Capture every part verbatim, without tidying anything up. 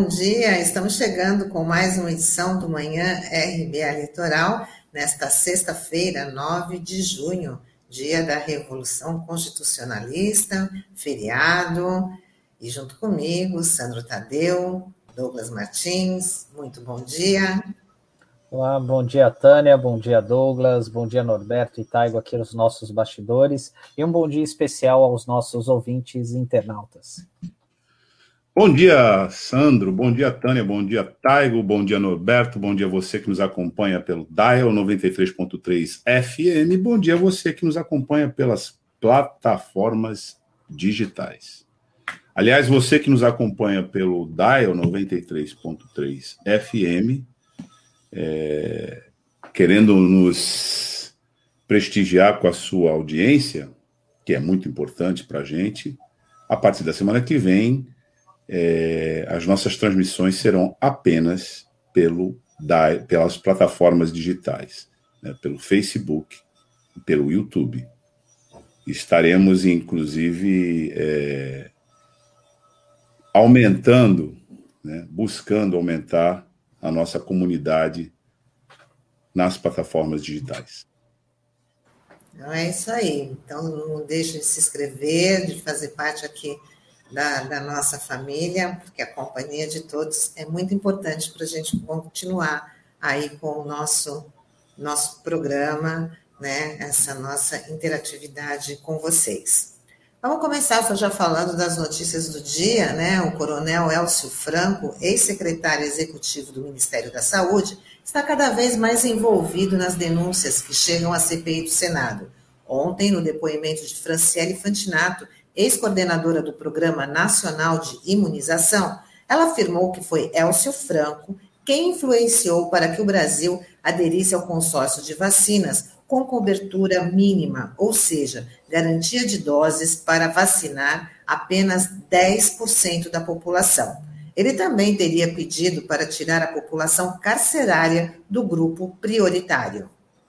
bom dia. Estamos chegando com mais uma edição do Manhã R B A Litoral, nesta sexta-feira, nove de junho, dia da Revolução Constitucionalista, feriado, e junto comigo, Sandro Tadeu, Douglas Martins. Muito bom dia. Olá, bom dia, Tânia, bom dia, Douglas, bom dia, Norberto e Taigo aqui nos nossos bastidores, e um bom dia especial aos nossos ouvintes e internautas. Bom dia, Sandro, bom dia, Tânia, bom dia, Taigo, bom dia, Norberto, bom dia a você que nos acompanha pelo Dial noventa e três ponto três F M, bom dia a você que nos acompanha pelas plataformas digitais. Aliás, você que nos acompanha pelo Dial noventa e três ponto três F M, é, querendo nos prestigiar com a sua audiência, que é muito importante para a gente, a partir da semana que vem, É, as nossas transmissões serão apenas pelo, da, pelas plataformas digitais, né, pelo Facebook e pelo YouTube. Estaremos, inclusive, é, aumentando, né, buscando aumentar a nossa comunidade nas plataformas digitais. Então é isso aí. Então não deixe de se inscrever, de fazer parte aqui Da, da nossa família, porque a companhia de todos é muito importante para a gente continuar aí com o nosso, nosso programa, né, essa nossa interatividade com vocês. Vamos começar já falando das notícias do dia, né? O coronel Elcio Franco, ex-secretário executivo do Ministério da Saúde, está cada vez mais envolvido nas denúncias que chegam à C P I do Senado. Ontem, no depoimento de Franciele Fantinato, ex-coordenadora do Programa Nacional de Imunização, ela afirmou que foi Elcio Franco quem influenciou para que o Brasil aderisse ao consórcio de vacinas com cobertura mínima, ou seja, garantia de doses para vacinar apenas dez por cento da população. Ele também teria pedido para tirar a população carcerária do grupo prioritário.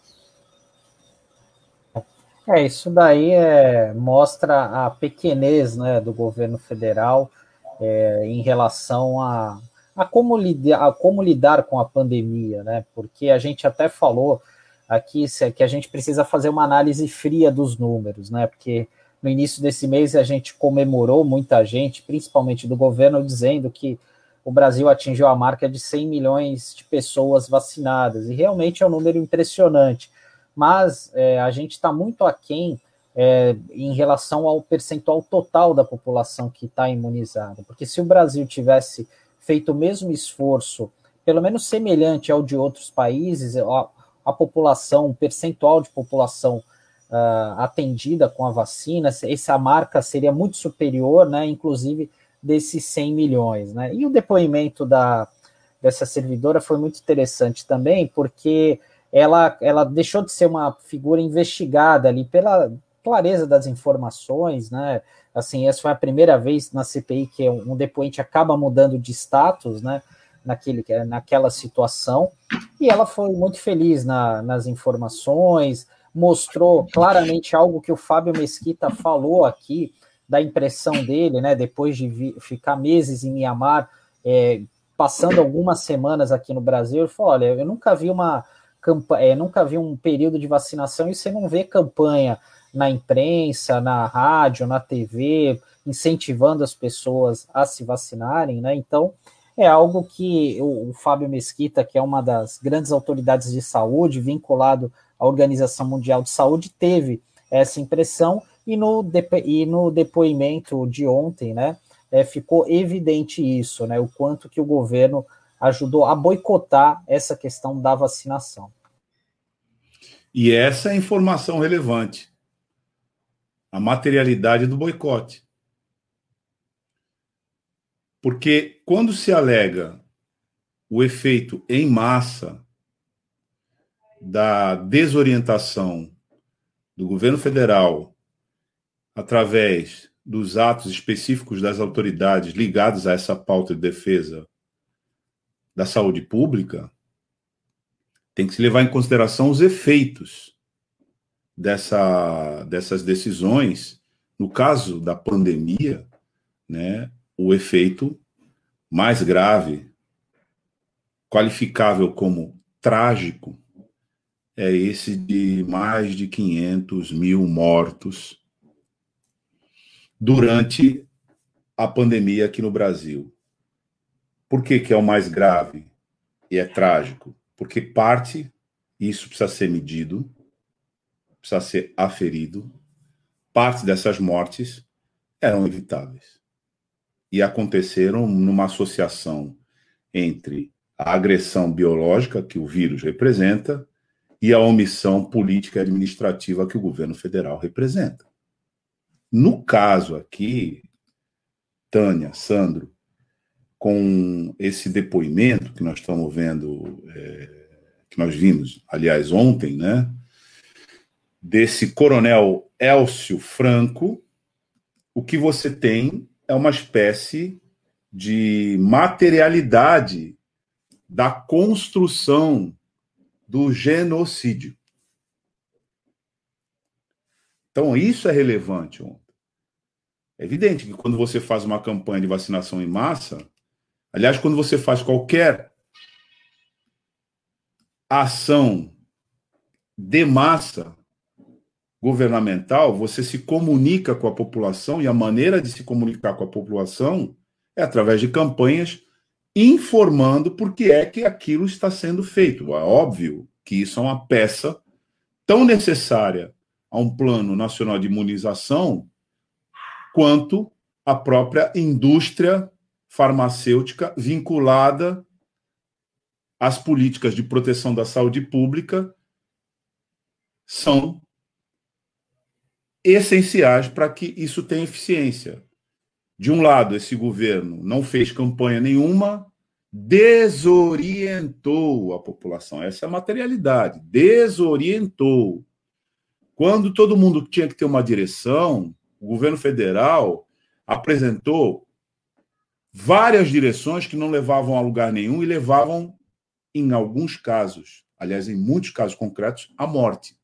É, isso daí é, mostra a pequenez, né, do governo federal é, em relação a, a, como lidar, a como lidar com a pandemia, né, porque a gente até falou aqui que a gente precisa fazer uma análise fria dos números, né, porque no início desse mês a gente comemorou, muita gente, principalmente do governo, dizendo que o Brasil atingiu a marca de cem milhões de pessoas vacinadas, e realmente é um número impressionante. Mas é, a gente está muito aquém é, em relação ao percentual total da população que está imunizada, porque se o Brasil tivesse feito o mesmo esforço, pelo menos semelhante ao de outros países, a, a população, o percentual de população uh, atendida com a vacina, essa marca seria muito superior, né, inclusive desses cem milhões. Né? E o depoimento da, dessa servidora foi muito interessante também, porque Ela, ela deixou de ser uma figura investigada ali pela clareza das informações, né? Assim, essa foi a primeira vez na C P I que um depoente acaba mudando de status, né? Naquele, naquela situação, e ela foi muito feliz na, nas informações, mostrou claramente algo que o Fábio Mesquita falou aqui, da impressão dele, né? Depois de vi, ficar meses em Mianmar, é, passando algumas semanas aqui no Brasil, ele falou: olha, eu nunca vi uma É, nunca vi um período de vacinação e você não vê campanha na imprensa, na rádio, na T V, incentivando as pessoas a se vacinarem, né? Então, é algo que o, o Fábio Mesquita, que é uma das grandes autoridades de saúde, vinculado à Organização Mundial de Saúde, teve essa impressão, e no, e no depoimento de ontem, né, é, ficou evidente isso, né? O quanto que o governo ajudou a boicotar essa questão da vacinação. E essa é a informação relevante, a materialidade do boicote. Porque quando se alega o efeito em massa da desorientação do governo federal através dos atos específicos das autoridades ligados a essa pauta de defesa da saúde pública, tem que se levar em consideração os efeitos dessa, dessas decisões. No caso da pandemia, né, o efeito mais grave, qualificável como trágico, é esse de mais de quinhentos mil mortos durante a pandemia aqui no Brasil. Por que que é o mais grave e é trágico? Porque parte, isso precisa ser medido, precisa ser aferido, parte dessas mortes eram evitáveis. E aconteceram numa associação entre a agressão biológica que o vírus representa e a omissão política e administrativa que o governo federal representa. No caso aqui, Tânia, Sandro, com esse depoimento que nós estamos vendo, é, que nós vimos, aliás, ontem, né, desse coronel Elcio Franco, o que você tem é uma espécie de materialidade da construção do genocídio. Então, isso é relevante ontem. É evidente que quando você faz uma campanha de vacinação em massa, aliás, quando você faz qualquer ação de massa governamental, você se comunica com a população, e a maneira de se comunicar com a população é através de campanhas informando por que é que aquilo está sendo feito. É óbvio que isso é uma peça tão necessária a um plano nacional de imunização quanto a própria indústria farmacêutica vinculada às políticas de proteção da saúde pública são essenciais para que isso tenha eficiência. De um lado, esse governo não fez campanha nenhuma, desorientou a população. Essa é a materialidade, desorientou. Quando todo mundo tinha que ter uma direção, o governo federal apresentou várias direções que não levavam a lugar nenhum e levavam, em alguns casos, aliás, em muitos casos concretos, à morte.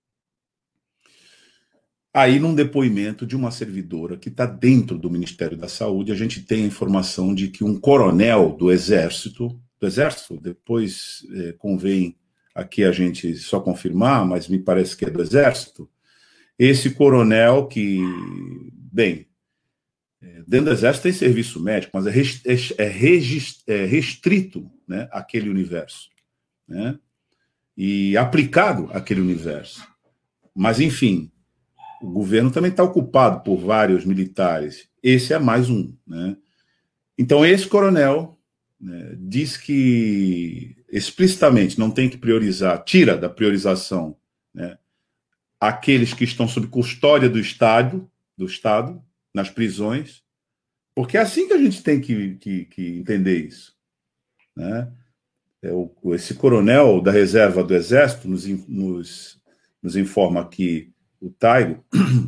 Aí, num depoimento de uma servidora que está dentro do Ministério da Saúde, a gente tem a informação de que um coronel do Exército, do Exército, depois é, convém aqui a gente só confirmar, mas me parece que é do Exército, esse coronel que, bem, dentro do Exército tem serviço médico, mas é, rest, é, regist, é restrito, né, àquele universo, né, e aplicado àquele universo. Mas, enfim, o governo também está ocupado por vários militares. Esse é mais um, né? Então, esse coronel, né, diz que explicitamente não tem que priorizar, tira da priorização, né, aqueles que estão sob custódia do Estado, do Estado, nas prisões, porque é assim que a gente tem que, que, que entender isso, né? É o, esse coronel da reserva do Exército nos, nos, nos informa aqui, o Taigo,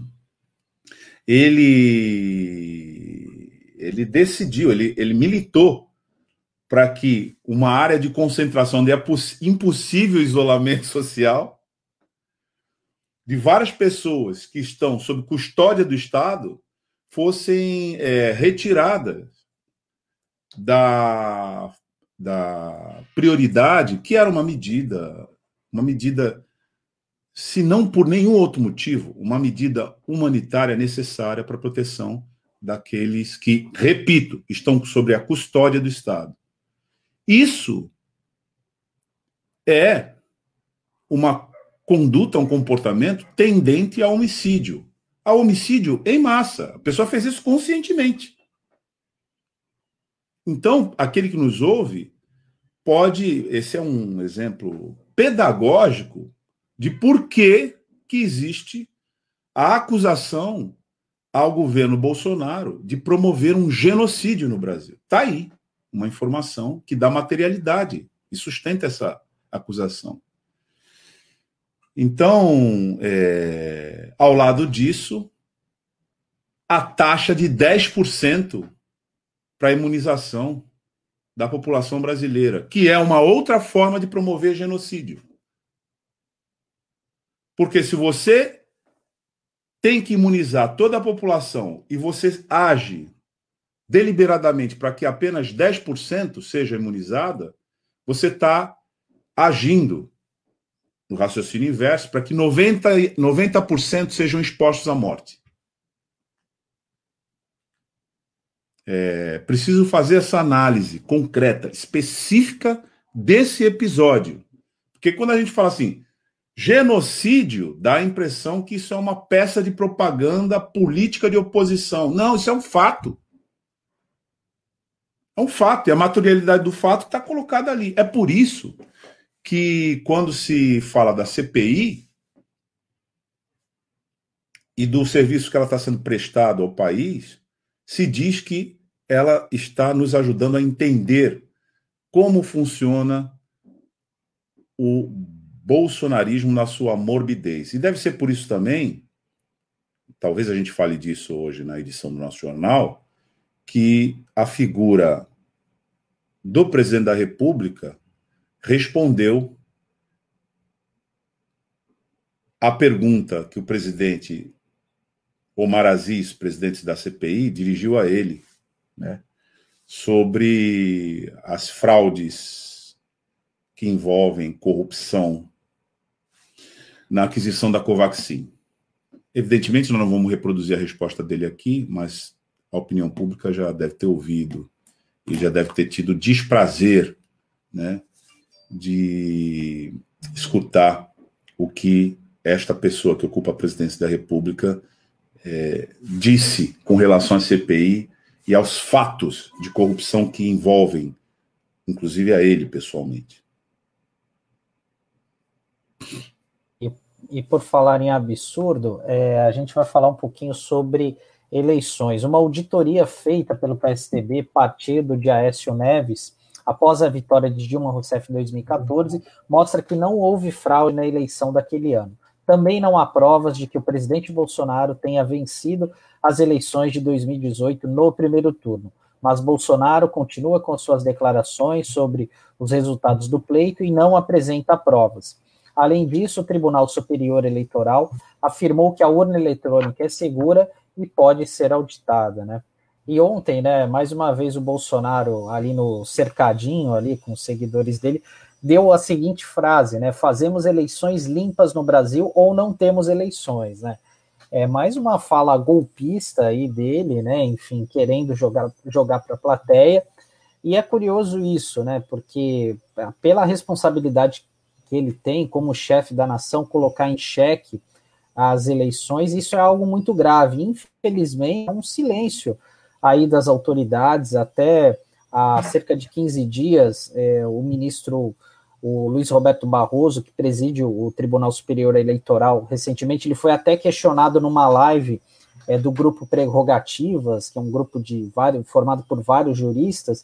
ele, ele decidiu, ele, ele militou para que uma área de concentração de impossível isolamento social de várias pessoas que estão sob custódia do Estado fossem é, retiradas da, da prioridade, que era uma medida, uma medida, se não por nenhum outro motivo, uma medida humanitária necessária para a proteção daqueles que, repito, estão sob a custódia do Estado. Isso é uma conduta, um comportamento tendente a homicídio. A homicídio em massa. A pessoa fez isso conscientemente. Então, aquele que nos ouve pode... Esse é um exemplo pedagógico de por que que existe a acusação ao governo Bolsonaro de promover um genocídio no Brasil. Está aí uma informação que dá materialidade e sustenta essa acusação. Então, é, ao lado disso, a taxa de dez por cento para a imunização da população brasileira, que é uma outra forma de promover genocídio. Porque se você tem que imunizar toda a população e você age deliberadamente para que apenas dez por cento seja imunizada, você está agindo no raciocínio inverso para que noventa por cento, noventa por cento sejam expostos à morte. É preciso fazer essa análise concreta, específica desse episódio. Porque quando a gente fala assim, genocídio, dá a impressão que isso é uma peça de propaganda política de oposição. Não, isso é um fato. É um fato, e a materialidade do fato está colocada ali. É por isso que, quando se fala da C P I e do serviço que ela está sendo prestado ao país, se diz que ela está nos ajudando a entender como funciona o bolsonarismo na sua morbidez. E deve ser por isso também, talvez a gente fale disso hoje na edição do nosso jornal, que a figura do presidente da República respondeu à pergunta que o presidente Omar Aziz, presidente da C P I, dirigiu a ele, né, sobre as fraudes que envolvem corrupção na aquisição da Covaxin. Evidentemente, nós não vamos reproduzir a resposta dele aqui, mas a opinião pública já deve ter ouvido e já deve ter tido desprazer, né, de escutar o que esta pessoa que ocupa a presidência da República é, disse com relação à C P I e aos fatos de corrupção que envolvem, inclusive a ele pessoalmente. E, e por falar em absurdo, é, a gente vai falar um pouquinho sobre eleições. Uma auditoria feita pelo P S D B, partido de Aécio Neves, após a vitória de Dilma Rousseff em dois mil e quatorze, mostra que não houve fraude na eleição daquele ano. Também não há provas de que o presidente Bolsonaro tenha vencido as eleições de dois mil e dezoito no primeiro turno. Mas Bolsonaro continua com suas declarações sobre os resultados do pleito e não apresenta provas. Além disso, o Tribunal Superior Eleitoral afirmou que a urna eletrônica é segura e pode ser auditada, né? E ontem, né, mais uma vez o Bolsonaro ali no cercadinho, ali com os seguidores dele, deu a seguinte frase, né, fazemos eleições limpas no Brasil ou não temos eleições, né? É mais uma fala golpista aí dele, né, enfim, querendo jogar, jogar para a plateia, e é curioso isso, né, porque pela responsabilidade que ele tem como chefe da nação, colocar em xeque as eleições, isso é algo muito grave. Infelizmente, é um silêncio aí das autoridades. Até há cerca de quinze dias, é, o ministro, o Luiz Roberto Barroso, que preside o Tribunal Superior Eleitoral, recentemente, ele foi até questionado numa live é, do grupo Prerrogativas, que é um grupo de vários, formado por vários juristas,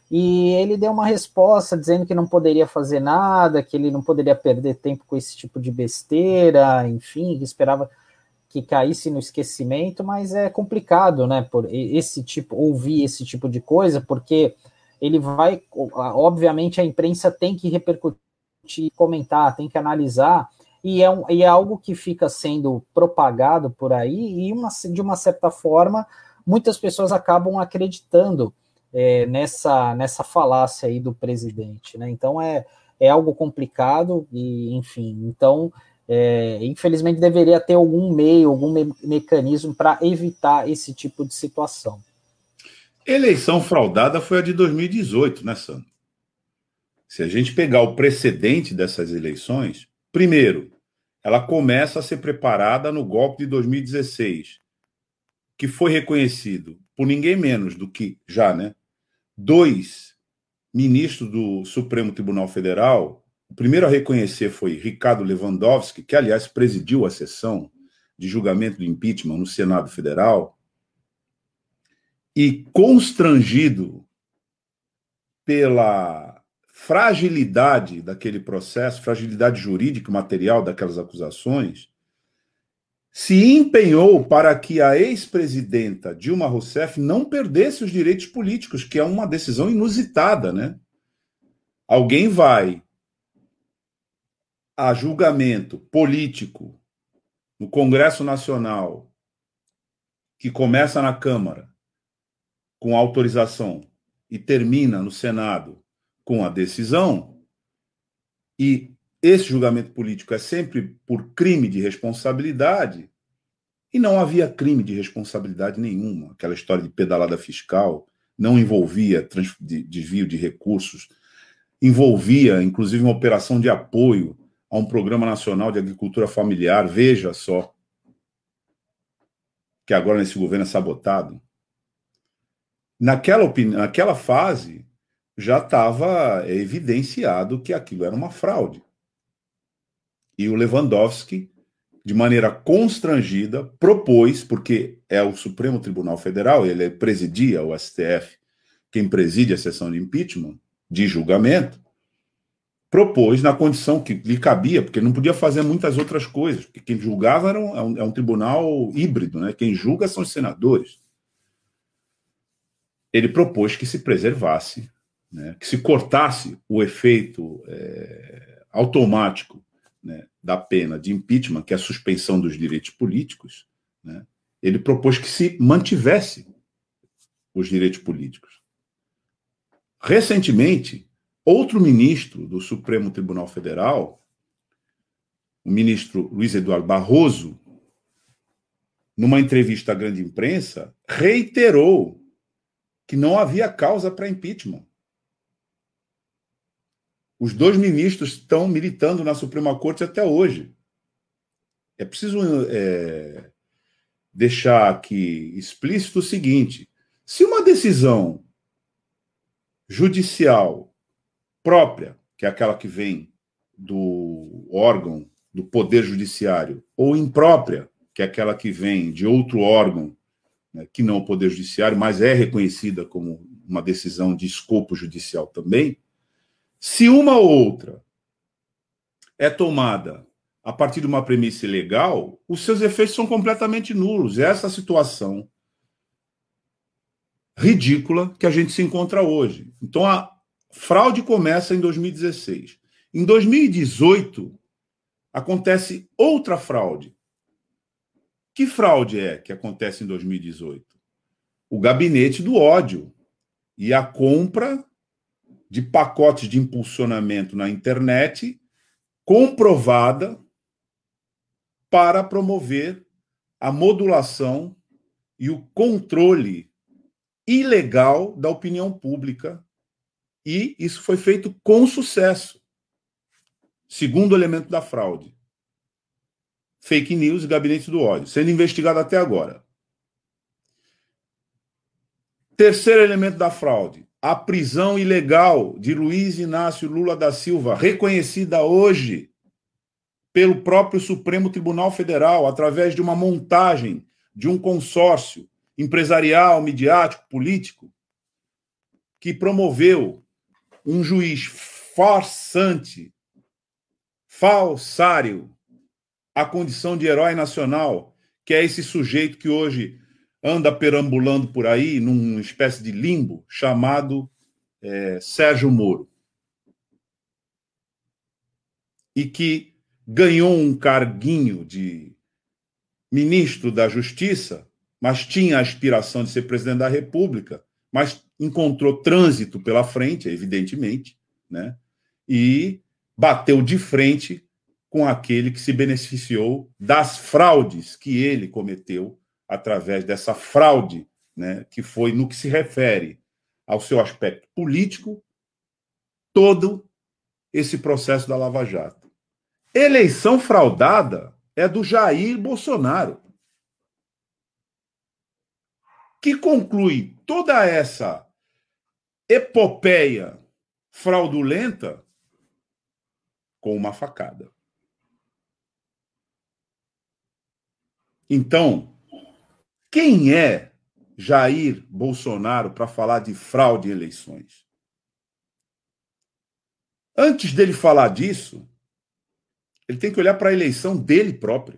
e ele deu uma resposta dizendo que não poderia fazer nada, que ele não poderia perder tempo com esse tipo de besteira, enfim, que esperava que caísse no esquecimento, mas é complicado, né, por esse tipo, ouvir esse tipo de coisa, porque ele vai, obviamente a imprensa tem que repercutir, comentar, tem que analisar, e é, um, e é algo que fica sendo propagado por aí, e uma, de uma certa forma, muitas pessoas acabam acreditando É, nessa, nessa falácia aí do presidente, né? Então é, é algo complicado e, enfim, então é, infelizmente deveria ter algum meio, algum me- mecanismo para evitar esse tipo de situação. Eleição fraudada foi a de dois mil e dezoito, né, Sandro? Se a gente pegar o precedente dessas eleições, primeiro, ela começa a ser preparada no golpe de dois mil e dezesseis, que foi reconhecido por ninguém menos do que, já, né, dois ministros do Supremo Tribunal Federal. O primeiro a reconhecer foi Ricardo Lewandowski, que, aliás, presidiu a sessão de julgamento do impeachment no Senado Federal, e constrangido pela fragilidade daquele processo, fragilidade jurídica e material daquelas acusações, se empenhou para que a ex-presidenta Dilma Rousseff não perdesse os direitos políticos, que é uma decisão inusitada, né? Alguém vai a julgamento político no Congresso Nacional, que começa na Câmara, com autorização e termina no Senado com a decisão, e esse julgamento político é sempre por crime de responsabilidade, e não havia crime de responsabilidade nenhuma. Aquela história de pedalada fiscal não envolvia trans, de, desvio de recursos, envolvia, inclusive, uma operação de apoio a um programa nacional de agricultura familiar, veja só, que agora nesse governo é sabotado. Naquela, opini... Naquela fase, já estava evidenciado que aquilo era uma fraude. E o Lewandowski, de maneira constrangida, propôs, porque é o Supremo Tribunal Federal, ele presidia o S T F, quem preside a sessão de impeachment, de julgamento, propôs na condição que lhe cabia, porque não podia fazer muitas outras coisas, porque quem julgava era um, é, um, é um tribunal híbrido, né? Quem julga são os senadores. Ele propôs que se preservasse, né? Que se cortasse o efeito é, automático, né, da pena de impeachment, que é a suspensão dos direitos políticos, né? Ele propôs que se mantivesse os direitos políticos. Recentemente, outro ministro do Supremo Tribunal Federal, o ministro Luiz Eduardo Barroso, numa entrevista à grande imprensa, reiterou que não havia causa para impeachment. Os dois ministros estão militando na Suprema Corte até hoje. É preciso é, deixar aqui explícito o seguinte: se uma decisão judicial própria, que é aquela que vem do órgão do Poder Judiciário, ou imprópria, que é aquela que vem de outro órgão, né, que não o Poder Judiciário, mas é reconhecida como uma decisão de escopo judicial também, se uma ou outra é tomada a partir de uma premissa ilegal, os seus efeitos são completamente nulos. É essa situação ridícula que a gente se encontra hoje. Então, a fraude começa em dois mil e dezesseis. Em dois mil e dezoito, acontece outra fraude. Que fraude é que acontece em dois mil e dezoito? O gabinete do ódio e a compra de pacotes de impulsionamento na internet comprovada para promover a modulação e o controle ilegal da opinião pública. E isso foi feito com sucesso. Segundo elemento da fraude. Fake news e gabinete do ódio, sendo investigado até agora. Terceiro elemento da fraude. A prisão ilegal de Luiz Inácio Lula da Silva, reconhecida hoje pelo próprio Supremo Tribunal Federal, através de uma montagem de um consórcio empresarial, midiático, político, que promoveu um juiz farsante, falsário, a condição de herói nacional, que é esse sujeito que hoje anda perambulando por aí numa espécie de limbo chamado é, Sérgio Moro. E que ganhou um carguinho de ministro da Justiça, mas tinha a aspiração de ser presidente da República, mas encontrou trânsito pela frente, evidentemente, né? E bateu de frente com aquele que se beneficiou das fraudes que ele cometeu através dessa fraude, né, que foi no que se refere ao seu aspecto político, todo esse processo da Lava Jato. Eleição fraudada é do Jair Bolsonaro, que conclui toda essa epopeia fraudulenta com uma facada. Então, quem é Jair Bolsonaro para falar de fraude em eleições? Antes dele falar disso, ele tem que olhar para a eleição dele próprio.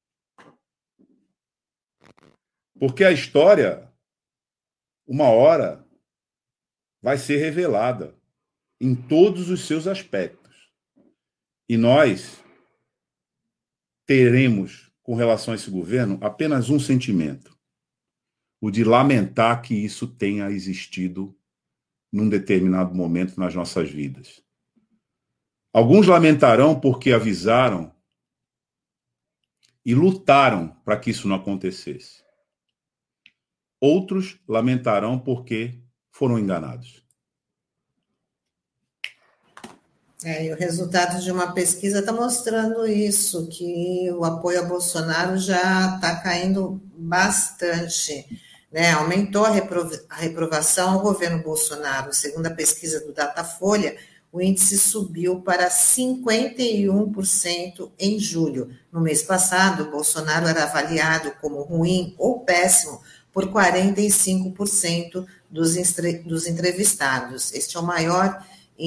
Porque a história, uma hora, vai ser revelada em todos os seus aspectos. E nós teremos, com relação a esse governo, apenas um sentimento: o de lamentar que isso tenha existido num determinado momento nas nossas vidas. Alguns lamentarão porque avisaram e lutaram para que isso não acontecesse. Outros lamentarão porque foram enganados. É, e o resultado de uma pesquisa está mostrando isso, que o apoio a Bolsonaro já está caindo bastante, né? Aumentou a, reprov- a reprovação ao governo Bolsonaro. Segundo a pesquisa do Datafolha, o índice subiu para cinquenta e um por cento em julho. No mês passado, Bolsonaro era avaliado como ruim ou péssimo por quarenta e cinco por cento dos, estre- dos entrevistados. Este é o maior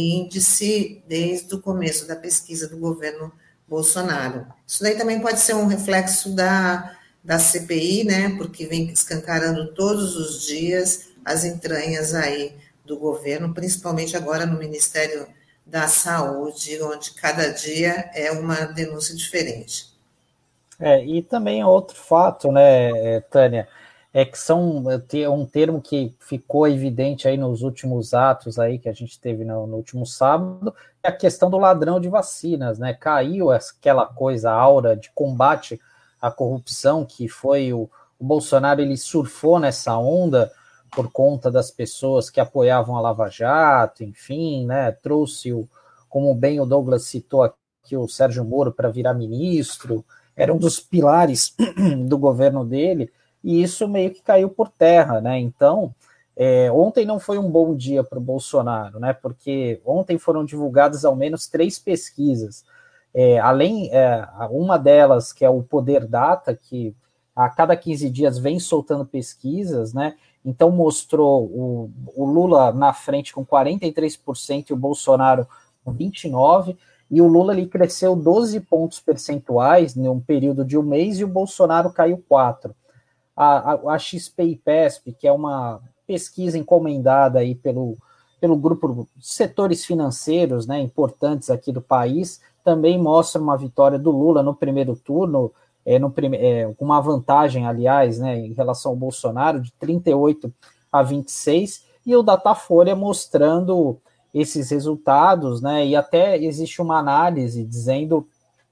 índice desde o começo da pesquisa do governo Bolsonaro. Isso daí também pode ser um reflexo da, da C P I, né? Porque vem escancarando todos os dias as entranhas aí do governo, principalmente agora no Ministério da Saúde, onde cada dia é uma denúncia diferente. É, e também outro fato, né, Tânia, é que são um termo que ficou evidente aí nos últimos atos aí que a gente teve no, no último sábado, é a questão do ladrão de vacinas, né? Caiu aquela coisa, a aura de combate à corrupção, que foi o, o Bolsonaro, ele surfou nessa onda por conta das pessoas que apoiavam a Lava Jato, enfim, né? Trouxe o, como bem o Douglas citou aqui, o Sérgio Moro para virar ministro, era um dos pilares do governo dele, e isso meio que caiu por terra, né? Então, é, ontem não foi um bom dia para o Bolsonaro, né? Porque ontem foram divulgadas ao menos três pesquisas. É, além, é, uma delas, que é o Poder Data, que a cada quinze dias vem soltando pesquisas, né? Então mostrou o, o Lula na frente com quarenta e três por cento e o Bolsonaro com vinte e nove por cento, e o Lula ali cresceu doze pontos percentuais em um período de um mês e o Bolsonaro caiu quatro. A, a, a X P I P E S P, que é uma pesquisa encomendada aí pelo, pelo grupo de setores financeiros, né, importantes aqui do país, também mostra uma vitória do Lula no primeiro turno, é, no prime, é, com uma vantagem, aliás, né, em relação ao Bolsonaro, de trinta e oito a vinte e seis, e o Datafolha mostrando esses resultados, né, e até existe uma análise dizendo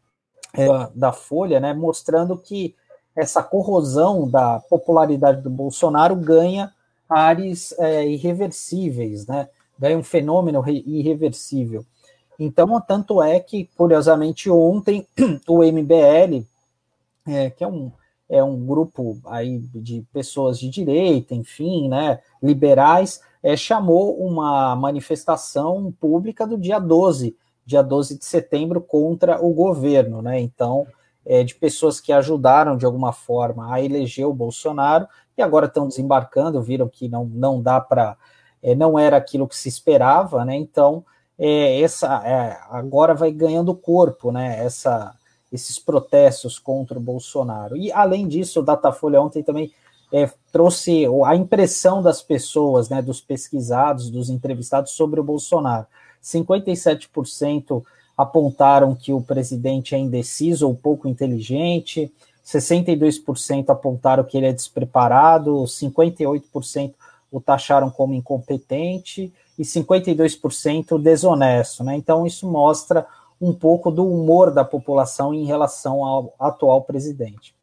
é, da Folha, né, mostrando que essa corrosão da popularidade do Bolsonaro ganha ares é, irreversíveis, né, ganha um fenômeno irreversível. Então, tanto é que, curiosamente, ontem o M B L, é, que é um, é um grupo aí de pessoas de direita, enfim, né, liberais, é, chamou uma manifestação pública do dia doze, dia doze de setembro, contra o governo, né? Então, é, de pessoas que ajudaram de alguma forma a eleger o Bolsonaro e agora estão desembarcando, viram que não, não dá para, é, não era aquilo que se esperava, né? Então, é, essa, é, agora vai ganhando corpo, né? Essa, esses protestos contra o Bolsonaro. E, além disso, o Datafolha ontem também É, trouxe a impressão das pessoas, né, dos pesquisados, dos entrevistados sobre o Bolsonaro. cinquenta e sete por cento apontaram que o presidente é indeciso ou pouco inteligente, sessenta e dois por cento apontaram que ele é despreparado, cinquenta e oito por cento o taxaram como incompetente e cinquenta e dois por cento desonesto, né? Então isso mostra um pouco do humor da população em relação ao atual presidente.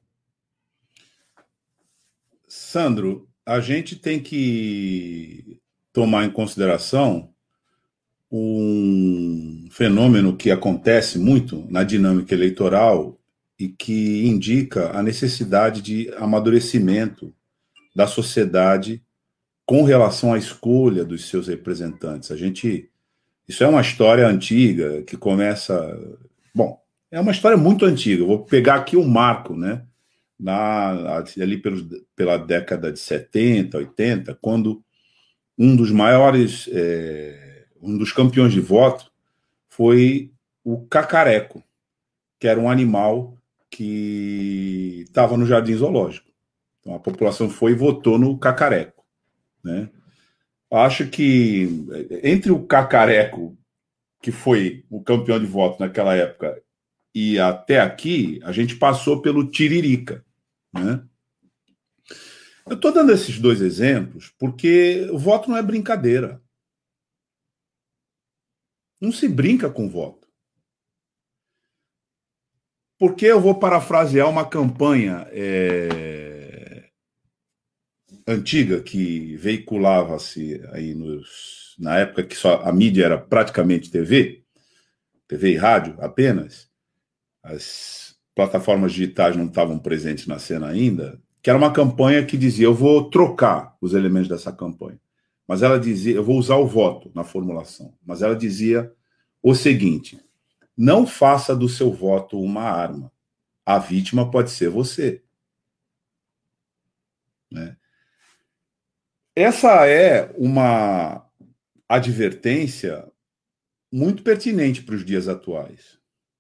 Sandro, a gente tem que tomar em consideração um fenômeno que acontece muito na dinâmica eleitoral e que indica a necessidade de amadurecimento da sociedade com relação à escolha dos seus representantes. A gente, isso é uma história antiga que começa, bom, é uma história muito antiga. Eu vou pegar aqui um marco, né? Na, ali pelos, pela década de setenta, oitenta, quando um dos maiores, é, um dos campeões de voto foi o cacareco, que era um animal que estava no jardim zoológico. Então a população foi e votou no cacareco, né? Acho que entre o cacareco, que foi o campeão de voto naquela época, e até aqui, a gente passou pelo tiririca, né? Eu estou dando esses dois exemplos porque o voto não é brincadeira. Não se brinca com voto. Porque eu vou parafrasear uma campanha é, antiga que veiculava-se aí nos, na época que só a mídia era praticamente T V, T V e rádio apenas, as plataformas digitais não estavam presentes na cena ainda, que era uma campanha que dizia, eu vou trocar os elementos dessa campanha, mas ela dizia, eu vou usar o voto na formulação, mas ela dizia o seguinte, não faça do seu voto uma arma, a vítima pode ser você. Né? Essa é uma advertência muito pertinente para os dias atuais.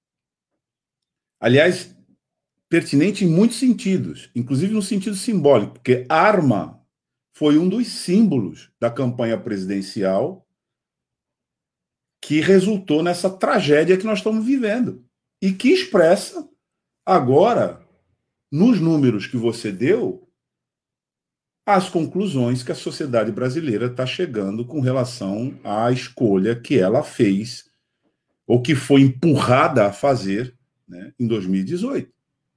Aliás, pertinente em muitos sentidos, inclusive no sentido simbólico, porque arma foi um dos símbolos da campanha presidencial que resultou nessa tragédia que nós estamos vivendo e que expressa agora, nos números que você deu, as conclusões que a sociedade brasileira está chegando com relação à escolha que ela fez ou que foi empurrada a fazer, né, em dois mil e dezoito.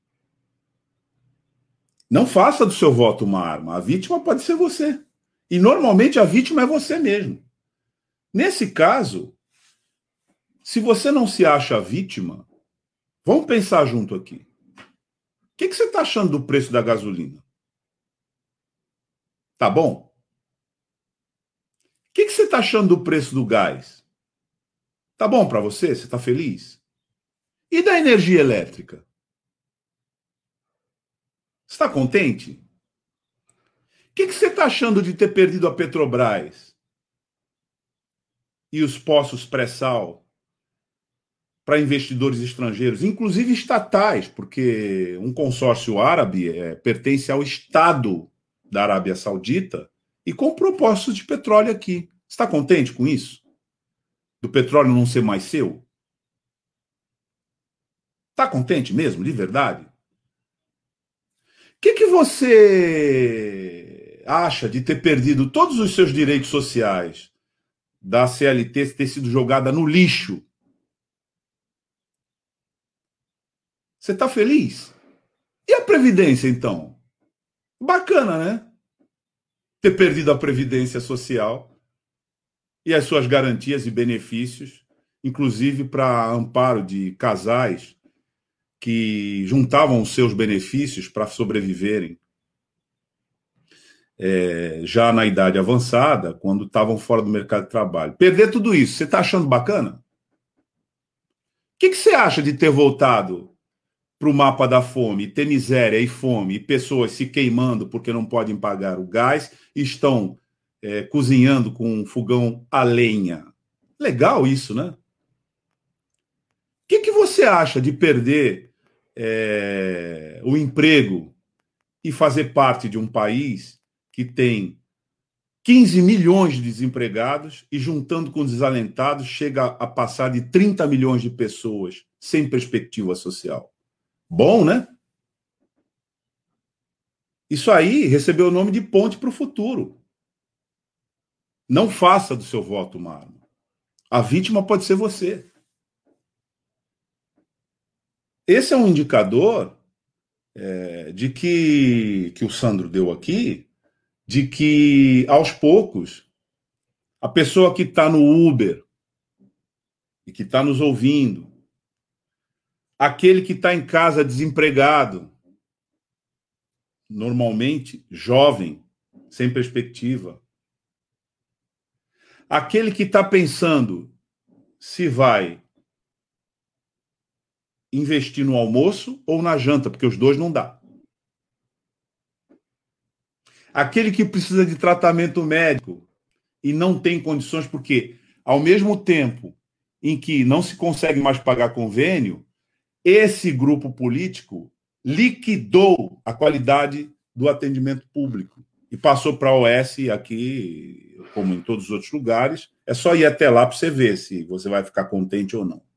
Não faça do seu voto uma arma. A vítima pode ser você. E normalmente a vítima é você mesmo. Nesse caso, se você não se acha vítima, vamos pensar junto aqui. O que, que você está achando do preço da gasolina? Tá bom? O que, que você está achando do preço do gás? Tá bom para você? Você está feliz? E da energia elétrica? Você está contente? O que, que você está achando de ter perdido a Petrobras e os poços pré-sal para investidores estrangeiros, inclusive estatais, porque um consórcio árabe é, pertence ao Estado da Arábia Saudita e comprou poços de petróleo aqui. Você está contente com isso? Do petróleo não ser mais seu? Está contente mesmo, de verdade? O que, que você acha de ter perdido todos os seus direitos sociais, da C L T ter sido jogada no lixo? Você está feliz? E a Previdência, então? Bacana, né? Ter perdido a Previdência Social e as suas garantias e benefícios, inclusive para amparo de casais que juntavam os seus benefícios para sobreviverem é, já na idade avançada, quando estavam fora do mercado de trabalho. Perder tudo isso, você está achando bacana? O que, que você acha de ter voltado para o mapa da fome, ter miséria e fome, e pessoas se queimando porque não podem pagar o gás, e estão é, cozinhando com um fogão a lenha? Legal isso, né? O que, que você acha de perder é, o emprego e fazer parte de um país que tem quinze milhões de desempregados e, juntando com desalentados, chega a passar de trinta milhões de pessoas sem perspectiva social? Bom, né? Isso aí recebeu o nome de ponte para o futuro. Não faça do seu voto uma arma. A vítima pode ser você. Esse é um indicador é, de que, que o Sandro deu aqui, de que, aos poucos, a pessoa que está no Uber e que está nos ouvindo, aquele que está em casa desempregado, normalmente jovem, sem perspectiva, aquele que está pensando se vai investir no almoço ou na janta, porque os dois não dá. Aquele que precisa de tratamento médico e não tem condições, porque ao mesmo tempo em que não se consegue mais pagar convênio, esse grupo político liquidou a qualidade do atendimento público e passou para a O S aqui, como em todos os outros lugares. É só ir até lá para você ver se você vai ficar contente ou não.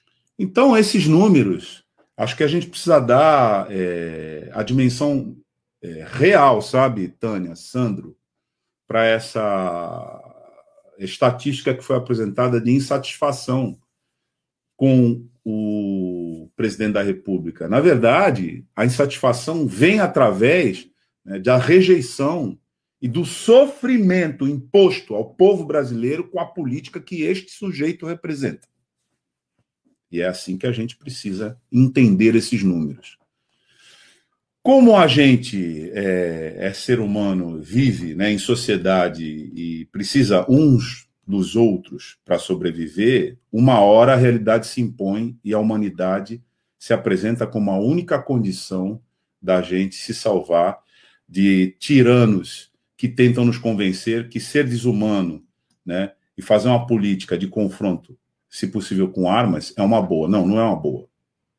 Então, esses números, acho que a gente precisa dar é, a dimensão é, real, sabe, Tânia, Sandro, para essa estatística que foi apresentada de insatisfação com o presidente da República. Na verdade, a insatisfação vem através, né, da rejeição e do sofrimento imposto ao povo brasileiro com a política que este sujeito representa. E é assim que a gente precisa entender esses números. Como a gente é, é ser humano, vive, né, em sociedade e precisa uns dos outros para sobreviver, uma hora a realidade se impõe e a humanidade se apresenta como a única condição da gente se salvar de tiranos que tentam nos convencer que ser desumano, né, e fazer uma política de confronto, se possível com armas, é uma boa. Não, não é uma boa.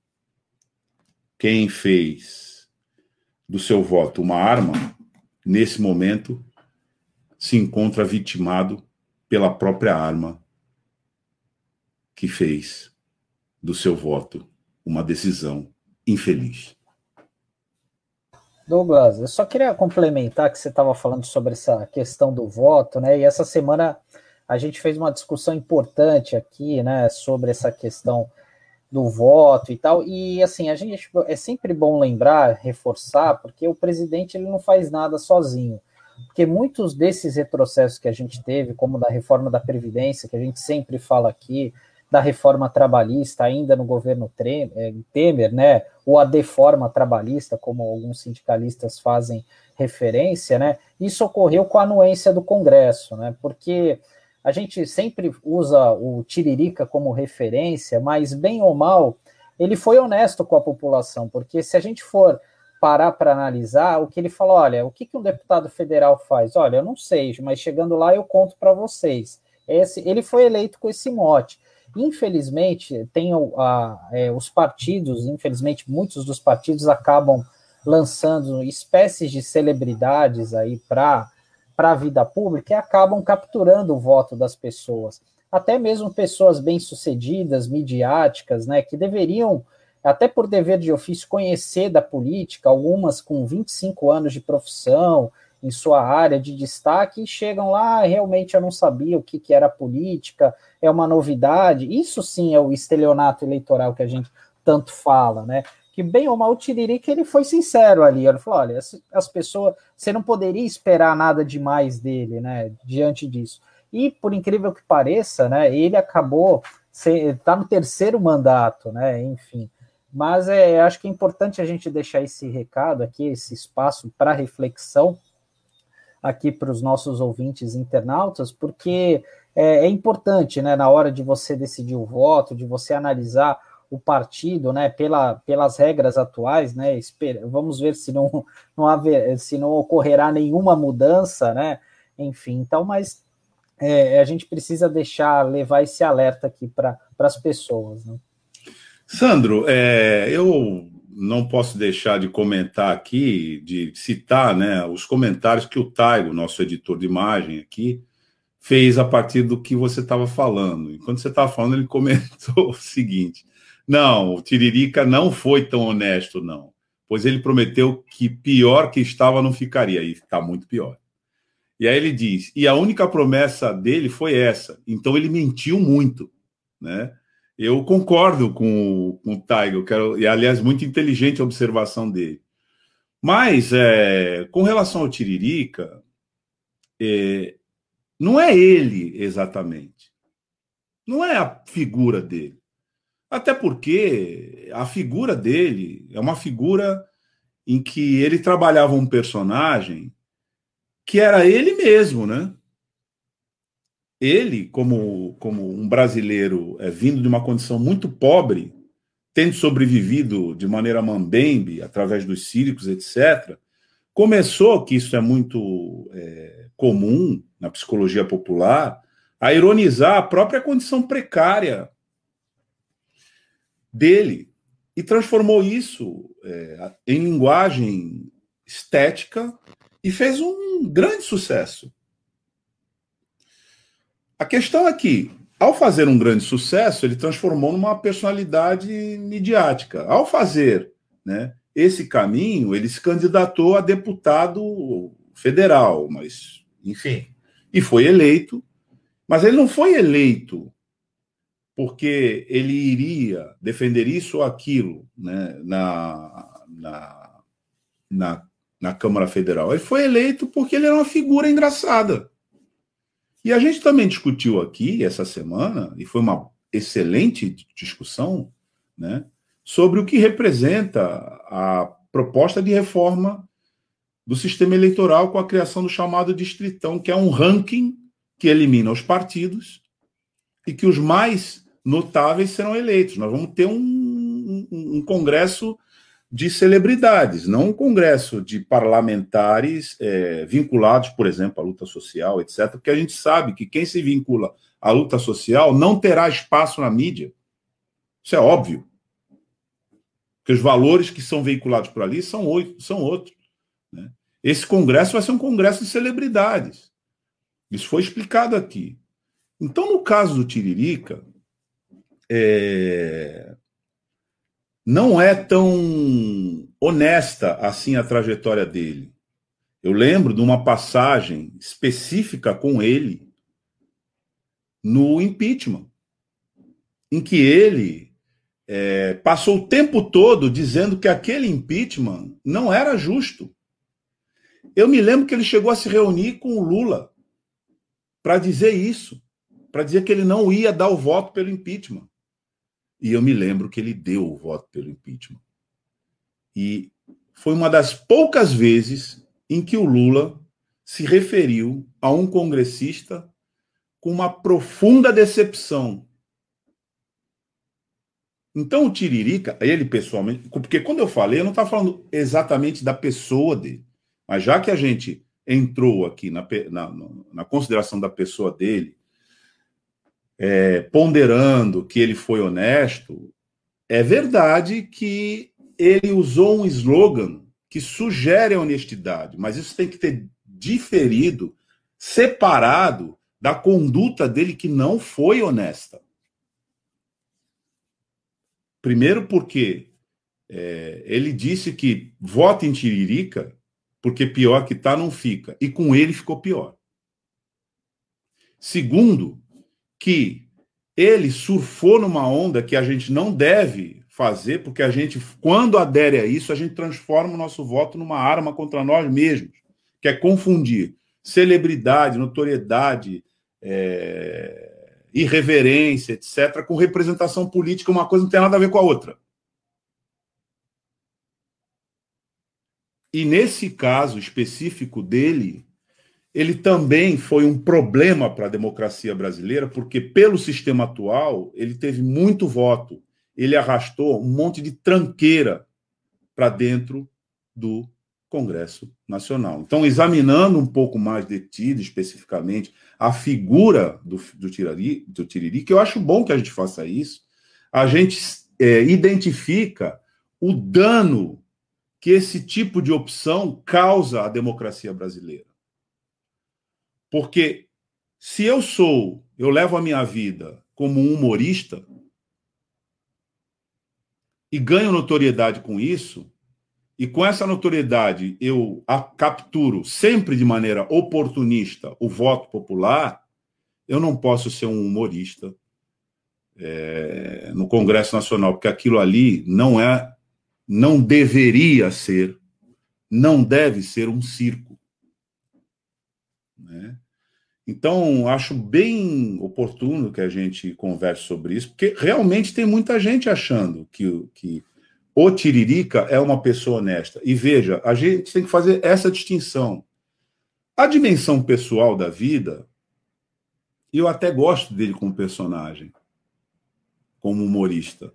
Quem fez do seu voto uma arma, nesse momento, se encontra vitimado pela própria arma que fez do seu voto uma decisão infeliz. Douglas, eu só queria complementar que você estava falando sobre essa questão do voto, né? E essa semana a gente fez uma discussão importante aqui, né, sobre essa questão do voto e tal, e assim, a gente é sempre bom lembrar, reforçar, porque o presidente ele não faz nada sozinho, porque muitos desses retrocessos que a gente teve, como da reforma da Previdência, que a gente sempre fala aqui, da reforma trabalhista, ainda no governo Temer, né, ou a deforma trabalhista, como alguns sindicalistas fazem referência, né, isso ocorreu com a anuência do Congresso, né, porque a gente sempre usa o Tiririca como referência, mas bem ou mal, ele foi honesto com a população, porque se a gente for parar para analisar, o que ele falou, olha, o que, que um deputado federal faz? Olha, eu não sei, mas chegando lá eu conto para vocês. Esse, ele foi eleito com esse mote. Infelizmente, tem a, é, os partidos, infelizmente muitos dos partidos acabam lançando espécies de celebridades aí para para a vida pública e acabam capturando o voto das pessoas. Até mesmo pessoas bem-sucedidas, midiáticas, né, que deveriam, até por dever de ofício, conhecer da política, algumas com vinte e cinco anos de profissão, em sua área de destaque, e chegam lá, realmente eu não sabia o que, que era política, é uma novidade. Isso sim é o estelionato eleitoral que a gente tanto fala, né? Que bem ou mal o Tiririca, ele foi sincero ali, ele falou, olha, as, as pessoas, você não poderia esperar nada demais dele, né, diante disso. E, por incrível que pareça, né, ele acabou, está no terceiro mandato, né, enfim. Mas é, acho que é importante a gente deixar esse recado aqui, esse espaço para reflexão aqui para os nossos ouvintes internautas, porque é, é importante, né, na hora de você decidir o voto, de você analisar o partido, né, pela, pelas regras atuais, né, espera, vamos ver se não, não haver, se não ocorrerá nenhuma mudança, né, enfim, então, mas é, a gente precisa deixar, levar esse alerta aqui para as pessoas, né. Sandro, é, eu não posso deixar de comentar aqui, de citar, né, os comentários que o Taigo, nosso editor de imagem aqui, fez a partir do que você estava falando. Enquanto você estava falando, ele comentou o seguinte: não, o Tiririca não foi tão honesto, não, pois ele prometeu que pior que estava não ficaria, e está muito pior. E aí ele diz, e a única promessa dele foi essa, então ele mentiu muito, né? Eu concordo com o, com o Taigo, quero, e aliás, muito inteligente a observação dele. Mas, é, com relação ao Tiririca, é, não é ele exatamente, não é a figura dele. Até porque a figura dele é uma figura em que ele trabalhava um personagem que era ele mesmo, né? Ele, como, como um brasileiro é, vindo de uma condição muito pobre, tendo sobrevivido de maneira mambembe, através dos circos, etcétera, começou, que isso é muito é, comum na psicologia popular, a ironizar a própria condição precária dele e transformou isso é, em linguagem estética e fez um grande sucesso. A questão é que, ao fazer um grande sucesso, ele transformou numa personalidade midiática. Ao fazer, né, esse caminho, ele se candidatou a deputado federal, mas, enfim, e foi eleito, mas ele não foi eleito porque ele iria defender isso ou aquilo, né, na, na, na, na Câmara Federal. Ele foi eleito porque ele era uma figura engraçada. E a gente também discutiu aqui essa semana, e foi uma excelente discussão, né, sobre o que representa a proposta de reforma do sistema eleitoral com a criação do chamado distritão, que é um ranking que elimina os partidos e que os mais notáveis serão eleitos. Nós vamos ter um, um, um congresso de celebridades, não um congresso de parlamentares é, vinculados, por exemplo, à luta social, etcétera, porque a gente sabe que quem se vincula à luta social não terá espaço na mídia. Isso é óbvio. Porque os valores que são veiculados por ali são, oito, são outros. Né? Esse congresso vai ser um congresso de celebridades. Isso foi explicado aqui. Então, no caso do Tiririca, é... não é tão honesta assim a trajetória dele. Eu lembro de uma passagem específica com ele no impeachment, em que ele é, passou o tempo todo dizendo que aquele impeachment não era justo. Eu me lembro que ele chegou a se reunir com o Lula para dizer isso, para dizer que ele não ia dar o voto pelo impeachment. E eu me lembro que ele deu o voto pelo impeachment. E foi uma das poucas vezes em que o Lula se referiu a um congressista com uma profunda decepção. Então o Tiririca, ele pessoalmente, porque quando eu falei, eu não estava falando exatamente da pessoa dele, mas já que a gente entrou aqui na, na, na consideração da pessoa dele, É, ponderando que ele foi honesto, é verdade que ele usou um slogan que sugere a honestidade, mas isso tem que ter diferido, separado da conduta dele que não foi honesta. Primeiro porque é, ele disse que vota em Tiririca porque pior que tá não fica, e com ele ficou pior. Segundo, que ele surfou numa onda que a gente não deve fazer, porque a gente, quando adere a isso, a gente transforma o nosso voto numa arma contra nós mesmos, que é confundir celebridade, notoriedade, é, irreverência, etcétera, com representação política. Uma coisa não tem nada a ver com a outra. E nesse caso específico dele, ele também foi um problema para a democracia brasileira, porque, pelo sistema atual, ele teve muito voto. Ele arrastou um monte de tranqueira para dentro do Congresso Nacional. Então, examinando um pouco mais detido, especificamente, a figura do, do, Tiriri, do Tiriri, que eu acho bom que a gente faça isso, a gente é, identifica o dano que esse tipo de opção causa à democracia brasileira. Porque se eu sou, eu levo a minha vida como um humorista e ganho notoriedade com isso, e com essa notoriedade eu a capturo sempre de maneira oportunista o voto popular, eu não posso ser um humorista é, no Congresso Nacional, porque aquilo ali não é, não deveria ser, não deve ser um circo. Né? Então, acho bem oportuno que a gente converse sobre isso, porque realmente tem muita gente achando que, que o Tiririca é uma pessoa honesta. E veja, a gente tem que fazer essa distinção. A dimensão pessoal da vida, eu até gosto dele como personagem, como humorista,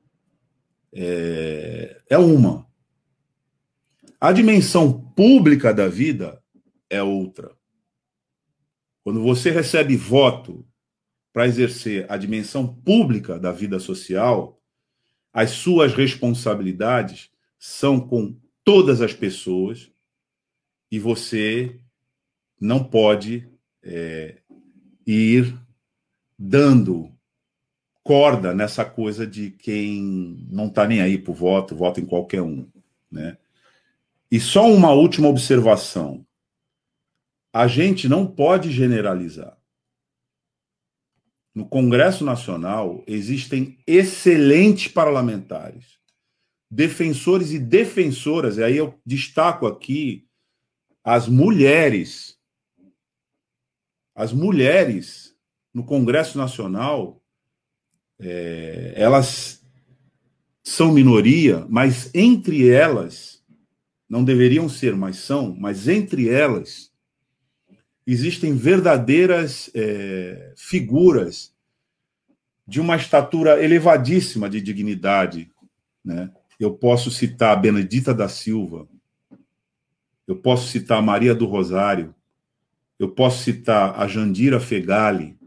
é, é uma. A dimensão pública da vida é outra. Quando você recebe voto para exercer a dimensão pública da vida social, as suas responsabilidades são com todas as pessoas e você não pode é, ir dando corda nessa coisa de quem não está nem aí para o voto, vota em qualquer um. né? E só uma última observação. A gente não pode generalizar. No Congresso Nacional existem excelentes parlamentares, defensores e defensoras, e aí eu destaco aqui as mulheres. As mulheres no Congresso Nacional, é, elas são minoria, mas entre elas, não deveriam ser, mas são, mas entre elas, existem verdadeiras é, figuras de uma estatura elevadíssima de dignidade, né? Eu posso citar a Benedita da Silva, eu posso citar a Maria do Rosário, eu posso citar a Jandira Fegali.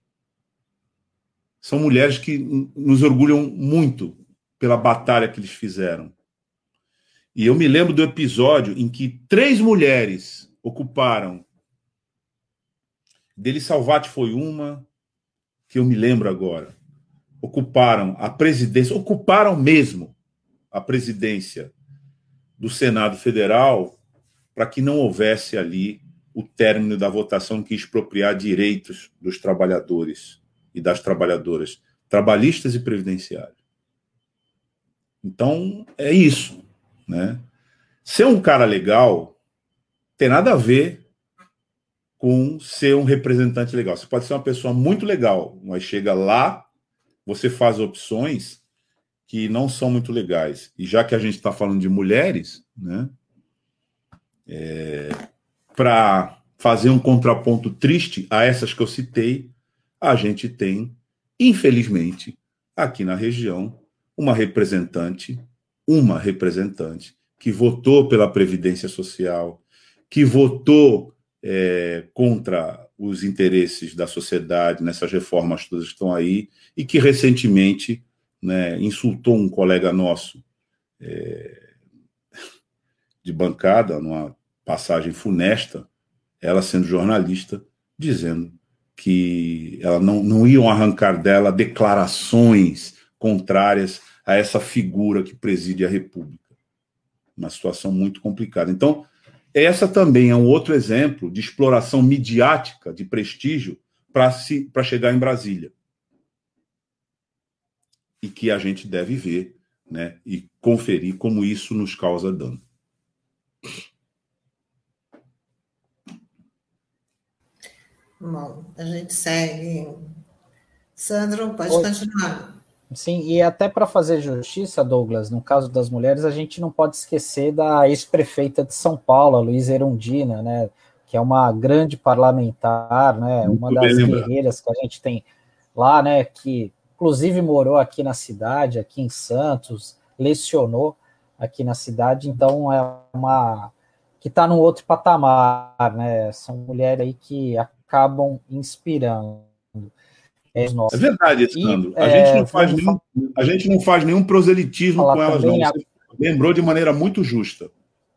São mulheres que nos orgulham muito pela batalha que eles fizeram. E eu me lembro do episódio em que três mulheres ocuparam. Deli Salvati foi uma, que eu me lembro agora. Ocuparam a presidência, ocuparam mesmo a presidência do Senado Federal para que não houvesse ali o término da votação que ia expropriar direitos dos trabalhadores e das trabalhadoras, trabalhistas e previdenciários. Então, é isso, né? Ser um cara legal tem nada a ver com ser um representante legal. Você pode ser uma pessoa muito legal, mas chega lá, você faz opções que não são muito legais. E já que a gente está falando de mulheres, né, é, para fazer um contraponto triste a essas que eu citei, a gente tem, infelizmente, aqui na região, uma representante, uma representante que votou pela Previdência Social, que votou é, contra os interesses da sociedade nessas reformas todas que estão aí, e que recentemente, né, insultou um colega nosso é, de bancada, numa passagem funesta, ela sendo jornalista, dizendo que ela não, não iam arrancar dela declarações contrárias a essa figura que preside a República. Uma situação muito complicada. Então, essa também é um outro exemplo de exploração midiática, de prestígio, para se, para chegar em Brasília. E que a gente deve ver, né, e conferir como isso nos causa dano. Bom, a gente segue. Sandro, pode Oi. continuar. Sim, e até para fazer justiça, Douglas, no caso das mulheres, a gente não pode esquecer da ex-prefeita de São Paulo, a Luísa Erundina, né, que é uma grande parlamentar, né, Muito uma das bem guerreiras que a gente tem lá, né, que inclusive morou aqui na cidade, aqui em Santos, lecionou aqui na cidade, então é uma que está num outro patamar, né, são mulheres aí que acabam inspirando. É, é verdade, Sandro. A, é, gente não faz nenhum, a gente não faz nenhum proselitismo com elas, não. Você a... lembrou de maneira muito justa.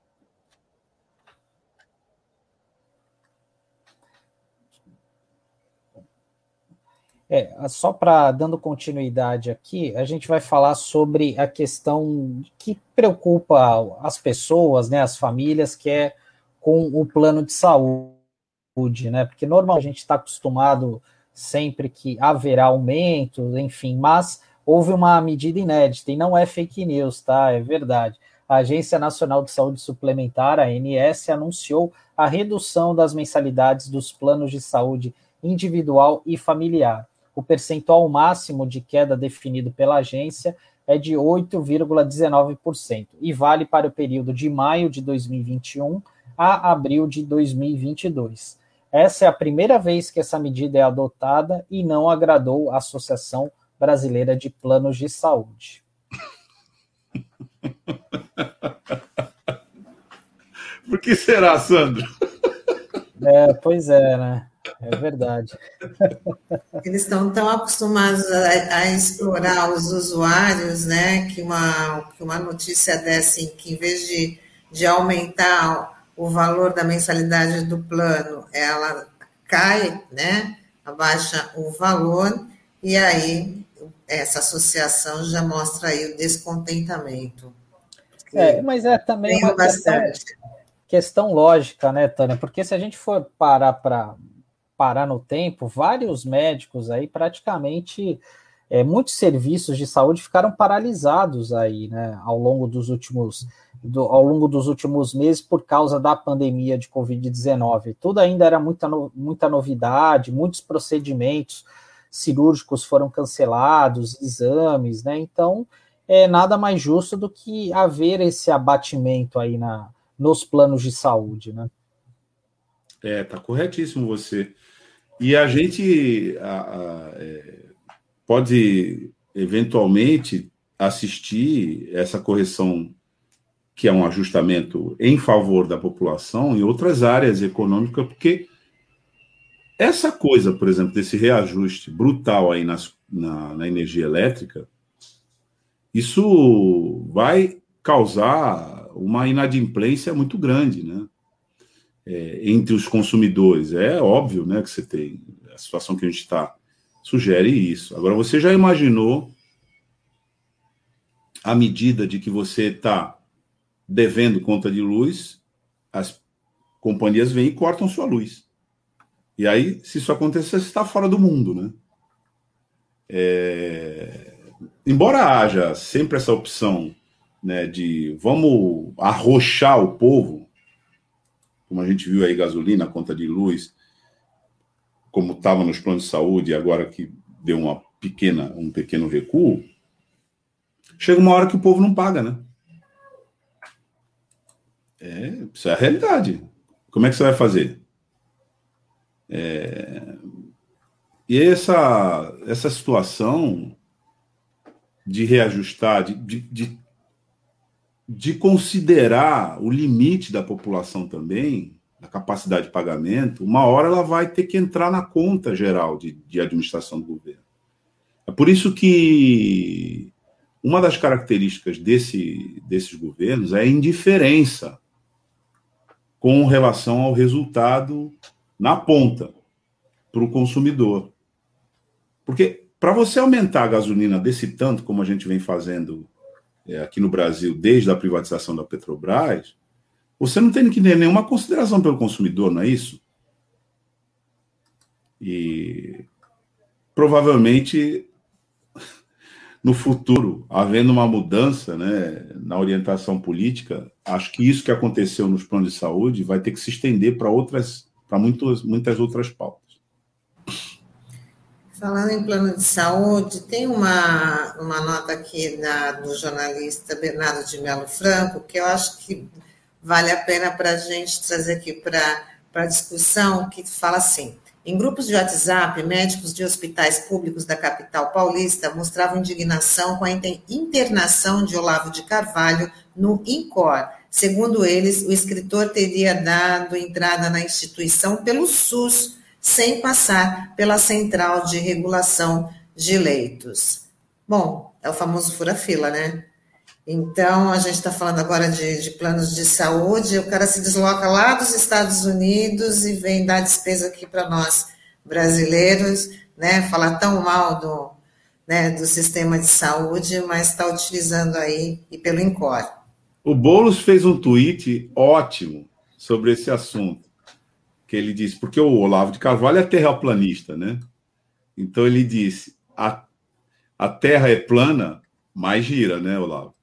É, só para dando continuidade aqui, a gente vai falar sobre a questão que preocupa as pessoas, né, as famílias, que é com o plano de saúde, né? Porque normalmente a gente está acostumado sempre que haverá aumento, enfim, mas houve uma medida inédita, e não é fake news, tá? É verdade. A Agência Nacional de Saúde Suplementar, a A N S, anunciou a redução das mensalidades dos planos de saúde individual e familiar. O percentual máximo de queda definido pela agência é de oito vírgula dezenove por cento e vale para o período de maio de dois mil e vinte e um a abril de dois mil e vinte e dois. Essa é a primeira vez que essa medida é adotada e não agradou a Associação Brasileira de Planos de Saúde. Por que será, Sandro? É, pois é, né? É verdade. Eles estão tão acostumados a, a explorar os usuários, né? Que uma, que uma notícia dessa, assim, que em vez de, de aumentar o valor da mensalidade do plano, ela cai, né? Abaixa o valor, e aí essa associação já mostra aí o descontentamento. É, mas é também uma questão, questão lógica, né, Tânia? Porque se a gente for parar para parar no tempo, vários médicos aí praticamente, é, muitos serviços de saúde ficaram paralisados aí, né, ao longo dos últimos do, ao longo dos últimos meses por causa da pandemia de covid dezenove. Tudo ainda era muita, no, muita novidade, muitos procedimentos cirúrgicos foram cancelados, exames, né? Então, é nada mais justo do que haver esse abatimento aí na, nos planos de saúde, né? É, tá corretíssimo você. E a gente a, a, é, pode, eventualmente, assistir essa correção, que é um ajustamento em favor da população, em outras áreas econômicas, porque essa coisa, por exemplo, desse reajuste brutal aí nas, na, na energia elétrica, isso vai causar uma inadimplência muito grande, né? É, entre os consumidores. É óbvio, né, que você tem a situação que a gente está, sugere isso. Agora, você já imaginou à medida de que você está devendo conta de luz, as companhias vêm e cortam sua luz. E aí, se isso acontecer, você está fora do mundo, né? É... Embora haja sempre essa opção, né, de vamos arrochar o povo, como a gente viu aí, gasolina, conta de luz, como estava nos planos de saúde, e agora que deu uma pequena, um pequeno recuo, chega uma hora que o povo não paga, né? É, isso é a realidade. Como é que você vai fazer? É... E essa, essa situação de reajustar, de, de, de, de considerar o limite da população também, da capacidade de pagamento, uma hora ela vai ter que entrar na conta geral de, de administração do governo. É por isso que uma das características desse, desses governos é a indiferença com relação ao resultado na ponta para o consumidor. Porque para você aumentar a gasolina desse tanto, como a gente vem fazendo é, aqui no Brasil desde a privatização da Petrobras, você não tem que ter nenhuma consideração pelo consumidor, não é isso? E provavelmente no futuro, havendo uma mudança, né, na orientação política, acho que isso que aconteceu nos planos de saúde vai ter que se estender para outras, para muitas, muitas outras pautas. Falando em plano de saúde, tem uma, uma nota aqui da, do jornalista Bernardo de Melo Franco, que eu acho que vale a pena para a gente trazer aqui para a discussão, que fala assim: em grupos de WhatsApp, médicos de hospitais públicos da capital paulista mostravam indignação com a internação de Olavo de Carvalho no INCOR. Segundo eles, o escritor teria dado entrada na instituição pelo SUS, sem passar pela Central de Regulação de Leitos. Bom, é o famoso fura-fila, né? Então, a gente está falando agora de, de planos de saúde, o cara se desloca lá dos Estados Unidos e vem dar despesa aqui para nós, brasileiros, né? Falar tão mal do, né, do sistema de saúde, mas está utilizando aí e pelo INCOR. O Boulos fez um tweet ótimo sobre esse assunto, que ele disse, porque o Olavo de Carvalho é terraplanista, né? Então ele disse, a, a Terra é plana, mas gira, né, Olavo?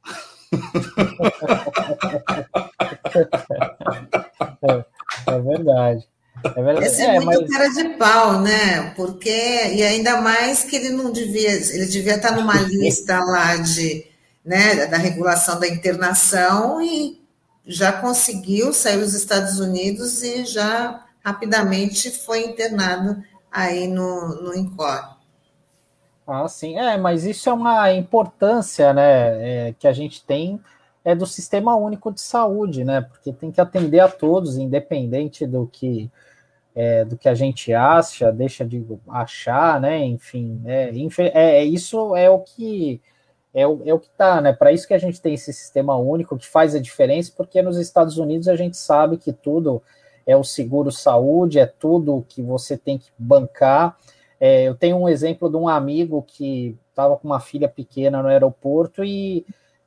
É, é verdade. É verdade. Esse é, é muito mas... cara de pau, né? Porque, e ainda mais que ele não devia, ele devia estar numa lista lá de, né, da regulação da internação e já conseguiu sair dos Estados Unidos e já rapidamente foi internado aí no, no INCOR. Ah, sim, é, mas isso é uma importância, né, é, que a gente tem é do Sistema Único de Saúde, né, porque tem que atender a todos, independente do que, é, do que a gente acha, deixa de achar, né, enfim, é, é, isso é o que é o, é o que tá, né, para isso que a gente tem esse Sistema Único que faz a diferença, porque nos Estados Unidos a gente sabe que tudo é o seguro-saúde, é tudo que você tem que bancar. É, eu tenho um exemplo de um amigo que estava com uma filha pequena no aeroporto e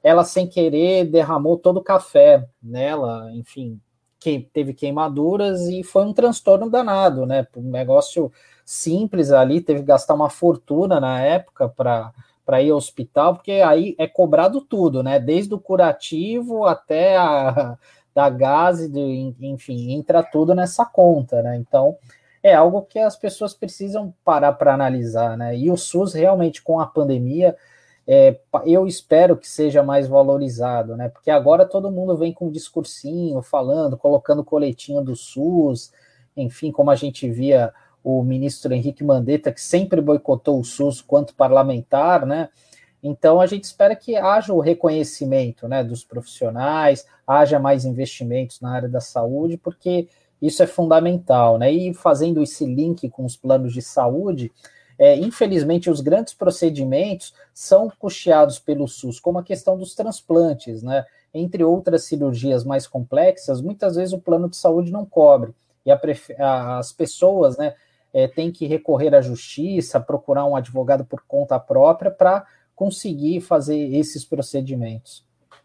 ela, sem querer, derramou todo o café nela, enfim, que teve queimaduras e foi um transtorno danado, né? Um negócio simples ali, teve que gastar uma fortuna na época para para ir ao hospital, porque aí é cobrado tudo, né? Desde o curativo até a da gás, de, enfim, entra tudo nessa conta, né? Então, é algo que as pessoas precisam parar para analisar, né? E o SUS, realmente, com a pandemia, é, eu espero que seja mais valorizado, né? Porque agora todo mundo vem com um discursinho, falando, colocando coletinho do SUS, enfim, como a gente via o ministro Henrique Mandetta, que sempre boicotou o SUS quanto parlamentar, né? Então, a gente espera que haja o reconhecimento, né, dos profissionais, haja mais investimentos na área da saúde, porque isso é fundamental, né? E fazendo esse link com os planos de saúde, é, infelizmente, os grandes procedimentos são custeados pelo SUS, como a questão dos transplantes, né? Entre outras cirurgias mais complexas, muitas vezes o plano de saúde não cobre, e a, a, as pessoas, né, é, têm que recorrer à justiça, procurar um advogado por conta própria para conseguir fazer esses procedimentos.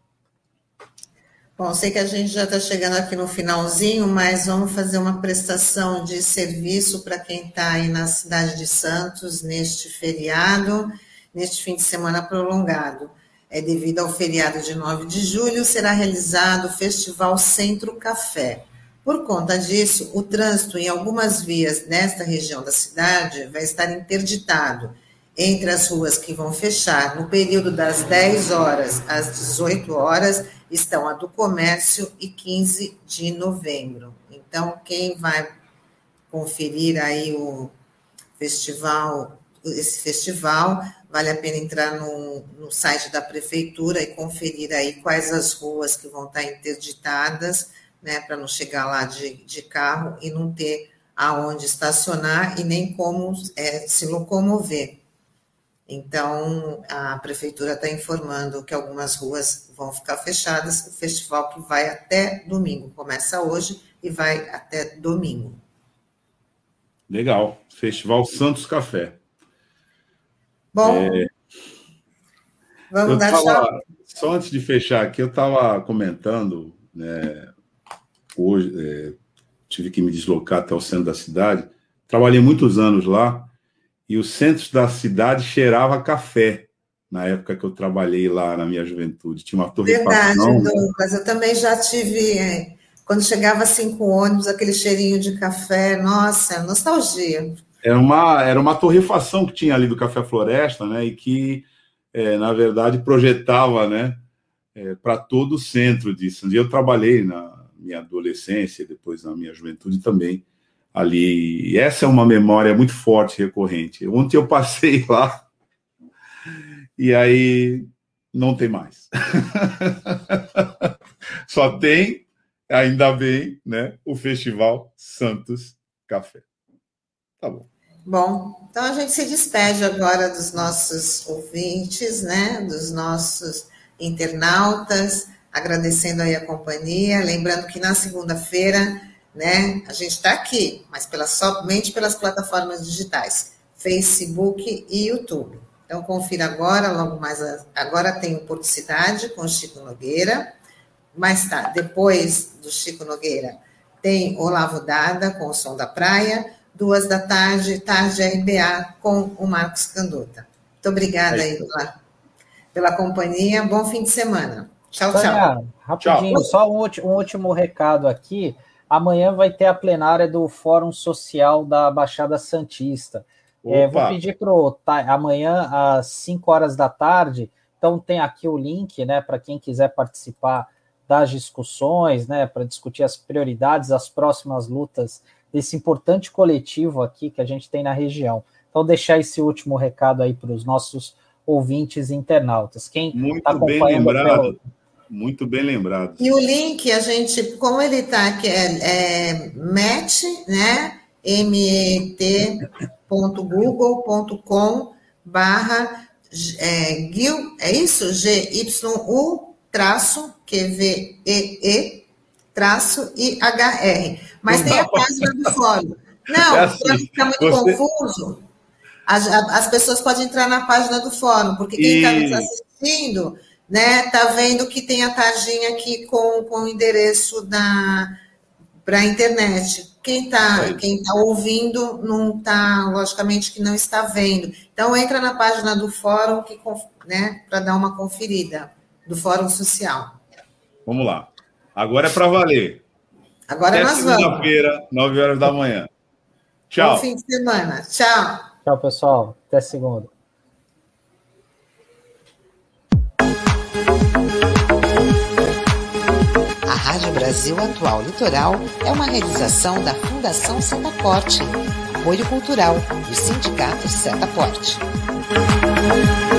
Bom, sei que a gente já está chegando aqui no finalzinho, mas vamos fazer uma prestação de serviço para quem está aí na cidade de Santos neste feriado, neste fim de semana prolongado. É devido ao feriado de nove de julho, será realizado o Festival Centro Café. Por conta disso, o trânsito em algumas vias nesta região da cidade vai estar interditado. Entre as ruas que vão fechar no período das dez horas às dezoito horas estão a do Comércio e quinze de novembro. Então, quem vai conferir aí o festival, esse festival, vale a pena entrar no, no site da prefeitura e conferir aí quais as ruas que vão estar interditadas, né, para não chegar lá de, de carro e não ter aonde estacionar e nem como é, se locomover. Então, a prefeitura está informando que algumas ruas vão ficar fechadas, o festival que vai até domingo, começa hoje e vai até domingo. Legal, Festival Santos Café. Bom, é, vamos dar tchau. Só antes de fechar aqui, eu estava comentando, né, hoje, é, tive que me deslocar até o centro da cidade, trabalhei muitos anos lá, e o centro da cidade cheirava café, na época que eu trabalhei lá na minha juventude. Tinha uma torrefação. Verdade, Douglas, eu também já tive, é, quando chegava assim com ônibus, aquele cheirinho de café, nossa, nostalgia. Era uma, era uma torrefação que tinha ali do Café Floresta, né, e que, é, na verdade, projetava, né, é, para todo o centro disso. E eu trabalhei na minha adolescência, depois na minha juventude também, ali, e essa é uma memória muito forte, recorrente. Ontem eu passei lá, e aí não tem mais. Só tem, ainda bem, né, o Festival Santos Café. Tá bom. Bom, então a gente se despede agora dos nossos ouvintes, né, dos nossos internautas, agradecendo aí a companhia, lembrando que na segunda-feira, né, a gente está aqui, mas pela, somente pelas plataformas digitais, Facebook e YouTube. Então, confira agora, logo mais, agora tem o Porto Cidade com o Chico Nogueira, mais tarde, depois do Chico Nogueira, tem Olavo Dada com o Som da Praia, duas da tarde, Tarde R B A com o Marcos Canduta. Muito obrigada aí pela, pela companhia, bom fim de semana. Tchau, tchau. Tânia, rapidinho, tchau. Só um, um último recado aqui. Amanhã vai ter a plenária do Fórum Social da Baixada Santista. É, vou pedir para o amanhã às cinco horas da tarde. Então tem aqui o link, né, para quem quiser participar das discussões, né, para discutir as prioridades, as próximas lutas desse importante coletivo aqui que a gente tem na região. Então deixar esse último recado aí para os nossos ouvintes e internautas. Quem muito tá bem lembrado. Pelo... Muito bem lembrado. E o link, a gente, como ele está aqui, é, é met, né? met.google.com barra Gil, é isso? G Y U traço Q V E E traço I H R. Mas tem a página do fórum. Não, é assim, para não ficar muito você... confuso, as, as pessoas podem entrar na página do fórum, porque quem está nos assistindo né? Tá vendo que tem a tarjinha aqui com, com o endereço para a internet. Quem está quem tá ouvindo não está, logicamente que não está vendo. Então entra na página do fórum, que, né, para dar uma conferida do Fórum Social. Vamos lá. Agora é para valer. Agora Até nós vamos. Segunda-feira, nove horas da manhã. Tchau. Bom fim de semana. Tchau. Tchau, pessoal. Até segunda. A Rádio Brasil Atual Litoral é uma realização da Fundação Setaporte, apoio cultural do Sindicato Setaporte.